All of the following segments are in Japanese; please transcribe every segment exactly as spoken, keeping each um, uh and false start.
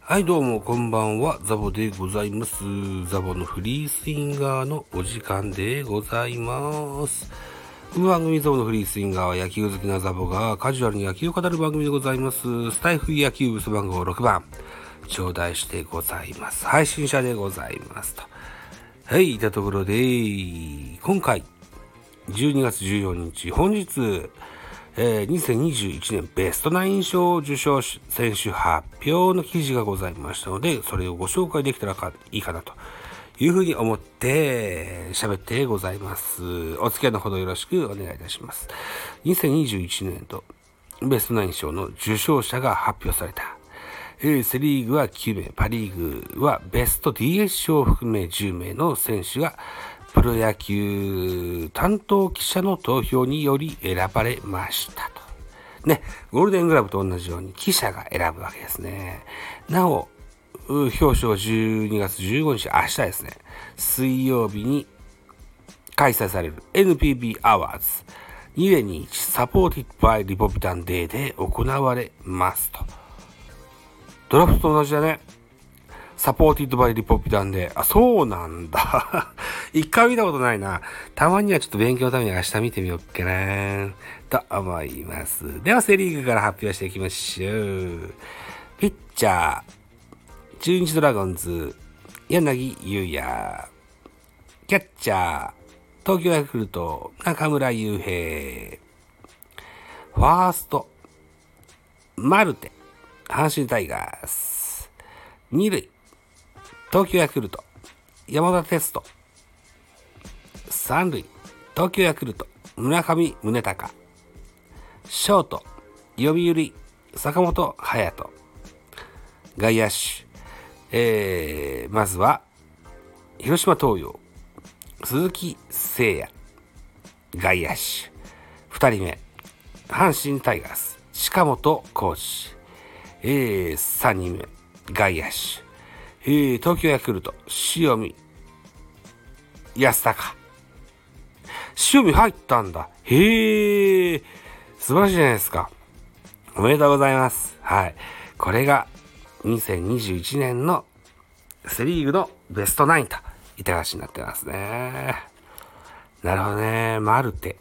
はいどうもこんばんは、ザボでございます。ザボのフリースインガーのお時間でございます。この番組ザボのフリースインガーは野球好きなザボがカジュアルに野球を語る番組でございます。スタイフ野球部ス番号ろくばん頂戴してございます。配信者でございますと。はい、いたところで今回じゅうにがつじゅうよっか本日えー、にせんにじゅういちねんベストナイン賞受賞選手発表の記事がございましたので、それをご紹介できたらかいいかなというふうに思って喋ってございます。お付き合いのほどよろしくお願いいたします。にせんにじゅういちねん度ベストナイン賞の受賞者が発表された。えー、セリーグはきゅうめい、パリーグはベスト ディーエス 賞を含めじゅうめいの選手がプロ野球担当記者の投票により選ばれましたと。ね、ゴールデングラブと同じように記者が選ぶわけですね。なお、表彰じゅうにがつじゅうごにち、明日ですね、水曜日に開催される エヌピービー アワーズにせんにじゅういちサポーティッドバイリポビタンデーで行われますと。ドラフトと同じだね。サポーティッドバイリポビタンデー。あ、そうなんだ。一回見たことないな。たまにはちょっと勉強のために明日見てみようかなと思います。ではセリーグから発表していきましょう。ピッチャー、中日ドラゴンズ、柳優也。キャッチャー、東京ヤクルト、中村悠平。ファースト、マルテ、阪神タイガース。二塁、東京ヤクルト、山田哲人。三塁、東京ヤクルト、村上宗隆。ショート、読売、坂本勇人。外野手、えー、まずは広島東洋、鈴木誠也。外野手二人目、阪神タイガース、近本浩二。えー、三人目、外野手、えー、東京ヤクルト、塩見安隆。塩見入ったんだ。へえ、素晴らしいじゃないですか。おめでとうございます。はい。これがにせんにじゅういちねんのセリーグのベストナインといった形になってますね。なるほどね。マルテ。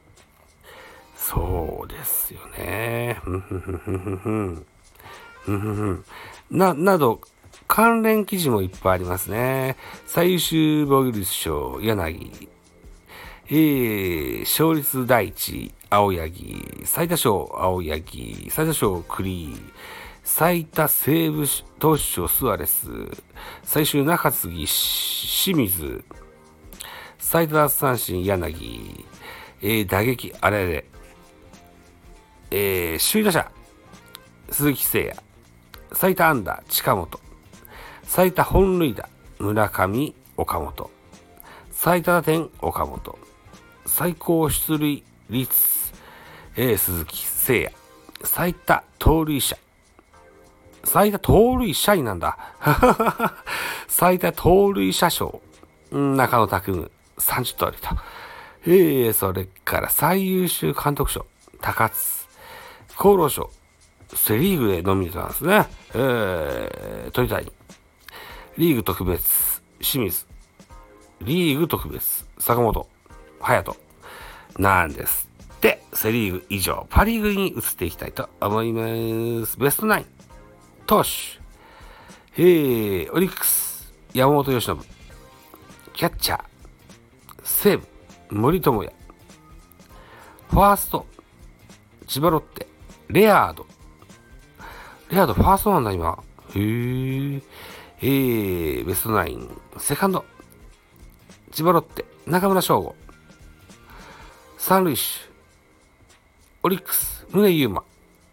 そうですよね。ふんふんふんふんふんふん。ふんふんふん。な、など、関連記事もいっぱいありますね。最優秀防御率賞、柳。えー、勝率第一、青柳。最多勝、青柳。最多勝、栗。最多セーブ投手賞、スアレス。最終中継ぎ、清水。最多奪三振、柳。えー、打撃、あれれ。えー、首位打者、鈴木誠也。最多安打、近本。最多本塁打、村上、岡本。最多打点、岡本。最高出塁率、えー、鈴木誠也。最多盗塁者。最多盗塁者になんだ。最多盗塁者賞、中野拓夢、さんじゅう盗塁と。えー、それから最優秀監督賞、高津。厚労省、セリーグでノミネートなんですね。えー、鳥谷。リーグ特別、清水。リーグ特別、坂本勇人なんですって。セリーグ以上、パリーグに移っていきたいと思います。ベストナイン、投手。えー、オリックス、山本由伸。キャッチャー、西武、森友哉。ファースト、千葉ロッテ、レアード。レアードファーストなんだ今。へー。えー、ベストナイン、セカンド、千葉ロッテ、中村奨吾。三塁手、オリックス、宗佑磨。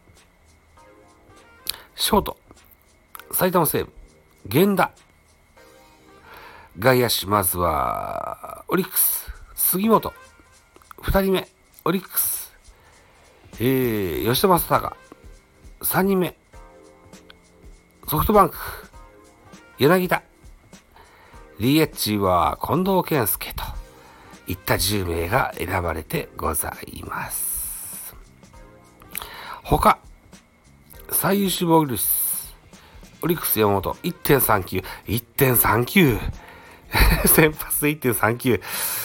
ショート、埼玉西武、源田。外野手、まずは、オリックス、杉本。二人目、オリックス、えー、吉田正尚。三人目、ソフトバンク、柳田。 ディーエイチ は近藤健介といったじゅうめいが選ばれてございます。他最優秀防御率、オオリックス山本 いってんさんきゅう、いってんさんきゅう 先発で いってんさんきゅう、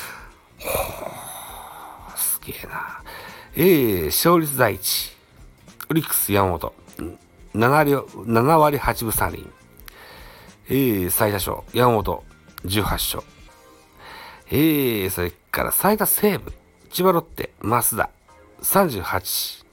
すげえな。えー、勝率第一、オリックス山本 なな, なな割はちぶさん厘、えー、最多勝山本じゅうはち勝、えー、それから最多セーブ千葉ロッテ増田さんじゅうはち、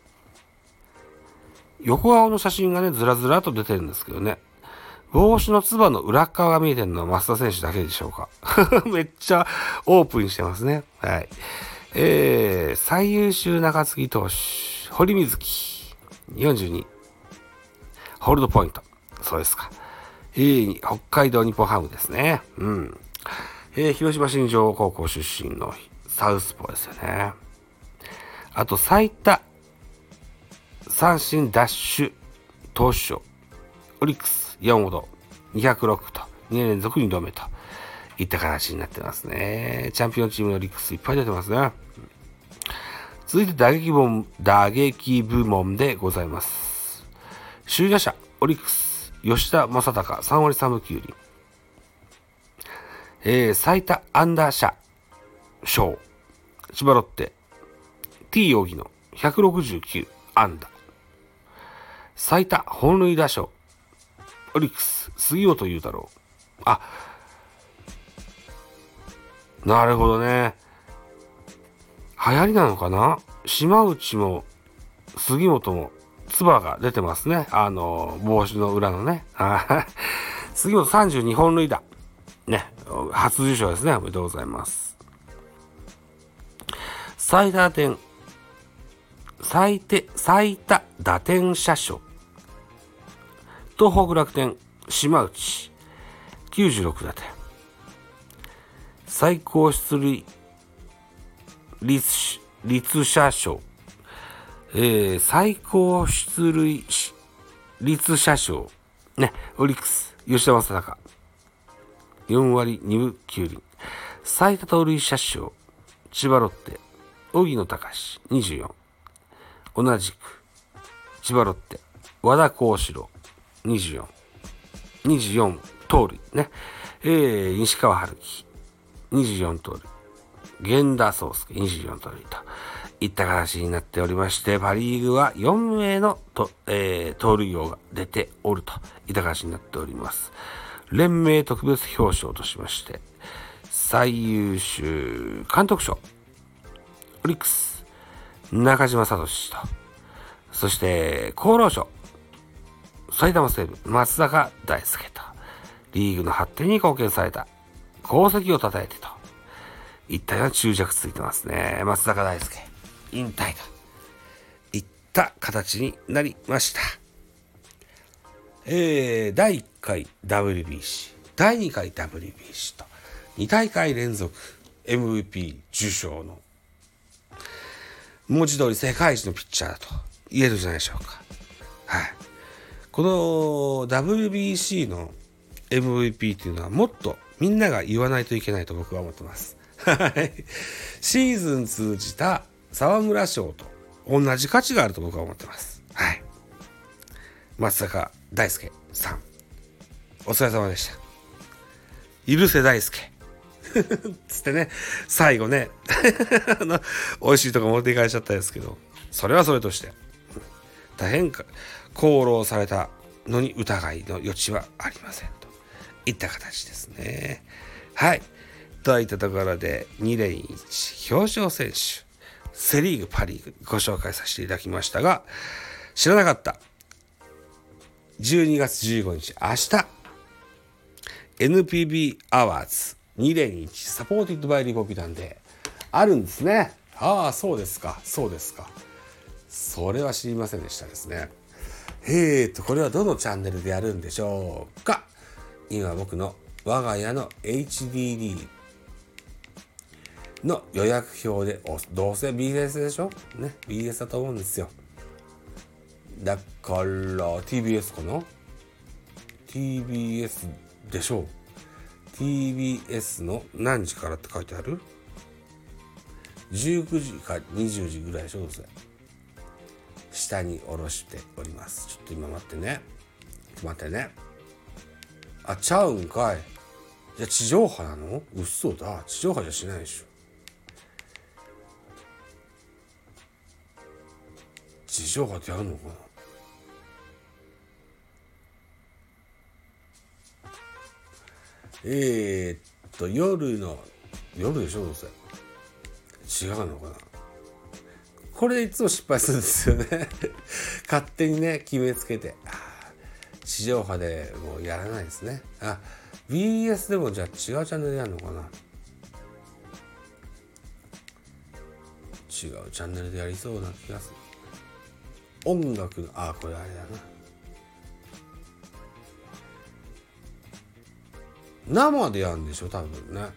横顔の写真がねずらずらと出てるんですけどね、帽子のつばの裏側が見えてるのは増田選手だけでしょうか。めっちゃオープンにしてますね。はい。えー、最優秀中継ぎ投手堀瑞希よんじゅうに、ホールドポイント、そうですか。えー、北海道日本ハムですね。うん。えー、広島新庄高校出身のサウスポーですよね。あと最多三振ダッシュ投手賞オリックス山本にひゃくろくとにねん連続にどめといった形になってますね。チャンピオンチームのオリックスいっぱい出てますね。続いて打撃部門、打撃部門でございます。首位打者オリックス吉田正尚さん割さんぶきゅう厘、えー、最多安打者賞千葉ロッテ T 荻野ひゃくろくじゅうきゅう安打、最多本塁打賞オリックス杉本裕太郎、あ、なるほどね、流行りなのかな。島内も杉本もつばが出てますね、あの帽子の裏のね。杉本さんじゅうにほん塁打ね、初受賞ですね。おめでとうございます。最多打点最低最多打点者賞東北楽天島内きゅうじゅうろく打点、最高出塁率率者賞、えー、最高出塁率者賞ね、オリックス吉田正尚よん割にぶきゅう厘、最多盗塁者賞千葉ロッテ荻野貴司にじゅうよん、同じく千葉ロッテ和田康士郎にじゅうよん、にじゅうよん盗塁ね、えー、西川春樹にじゅうよん盗塁、源田壮亮にじゅうよん盗塁といった形になっておりまして、パリーグはよん名のと、えー、盗塁王が出ておるといった形になっております。連盟特別表彰としまして最優秀監督賞オリックス中島聡と、そして厚労省埼玉西部松坂大輔と、リーグの発展に貢献された功績をたたえてといったような注釈ついてますね。松坂大輔引退といった形になりました。えー、だいいっかい ダブリュービーシー だいにかい ダブリュービーシー とに大会連続 エムブイピー 受賞の文字通り世界一のピッチャーだと言えるじゃないでしょうか。はい。この ダブリュービーシー の エムブイピー っていうのはもっとみんなが言わないといけないと僕は思ってます。はい。シーズン通じた沢村賞と同じ価値があると僕は思ってます。はい。松坂大輔さん、お疲れ様でした。許せ大輔。つってね、最後ねあの美味しいとこ持っていかれちゃったんですけど、それはそれとして大変功労されたのに疑いの余地はありませんといった形ですね。はい、といったところでにれんいち表彰選手セリーグパリーグご紹介させていただきましたが、知らなかったじゅうにがつじゅうごにち明日 エヌピービー アワーズにれんいちサポーティッドバイリポビタンであるんですね。ああ、そうですかそうですか、それは知りませんでしたですね。えーとこれはどのチャンネルでやるんでしょうか。今僕の我が家の エイチディーディー の予約表で、どうせ ビーエス でしょね、 ビーエス だと思うんですよ。だから ティービーエス かな、 ティービーエス でしょう。 ティービーエス の何時からって書いてある、じゅうくじかにじゅうじぐらいでしょ。どうせ下に下ろしております。ちょっと今待ってね待ってねあ、ちゃうんかい。いや、地上波なの？嘘だ。地上波じゃしないでしょ。地上波ってやるのかな。えー、っと夜の夜でしょ、どうせ。違うのかな。これいつも失敗するんですよね勝手にね決めつけて、地上波でもうやらないですね。あ、ビーエス でもじゃあ違うチャンネルやるのかな。違うチャンネルでやりそうな気がする。音楽の、あ、これあれだな、生でやるんでしょ多分ね。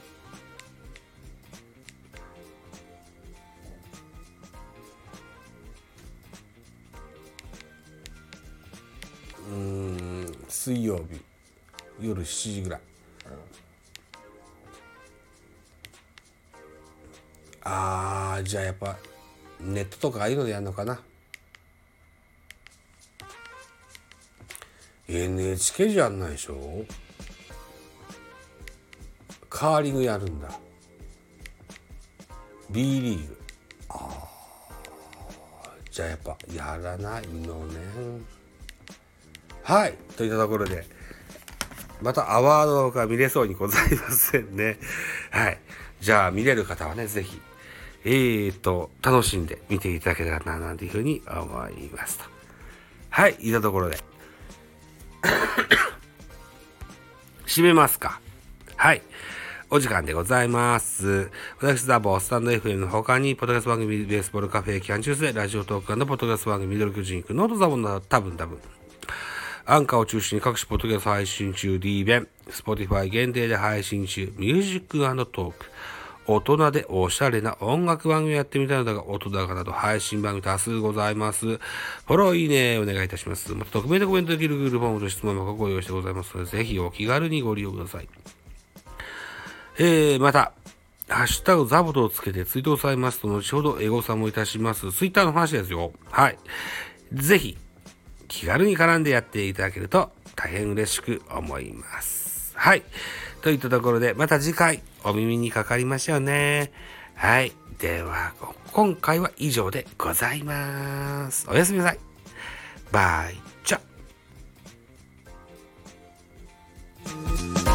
うーん、水曜日夜しちじぐらい。あー、じゃあやっぱネットとかああいうのでやるのかな。 エヌエイチケー じゃやんないでしょ。カーリングやるんだ。 B リーグ。あー、じゃあやっぱやらないのね。はい、といったところでまたアワードが見れそうにございませんね。はい、じゃあ見れる方はねぜひえーと楽しんで見ていただけたらななんていうふうに思いますと。はい、いったところで締めますか。はい、お時間でございます。私ザボスタンド エフエム の他にポッドキャスト番組ベースボールカフェキャンチュースでラジオトーク&ポッドキャスト番組ミドル巨人くノートザボの多分多分アンカーを中心に各種ポッドキャスト配信中、D 弁、Spotify 限定で配信中、ミュージック&トーク、大人でおしゃれな音楽番組をやってみたいのだが、音高など配信番組多数ございます。フォロー、いいね、お願いいたします。また、匿名でコメントできる Google フォームと質問もご用意してございますので、ぜひお気軽にご利用ください。えー、また、ハッシュタグザボトをつけてツイートをされますと、後ほどエゴサもいたします。ツイッターの話ですよ。はい。ぜひ、気軽に絡んでやっていただけると大変嬉しく思います。はい。といったところで、また次回お耳にかかりましょうね。はい。では、今回は以上でございます。おやすみなさい。バイチャ。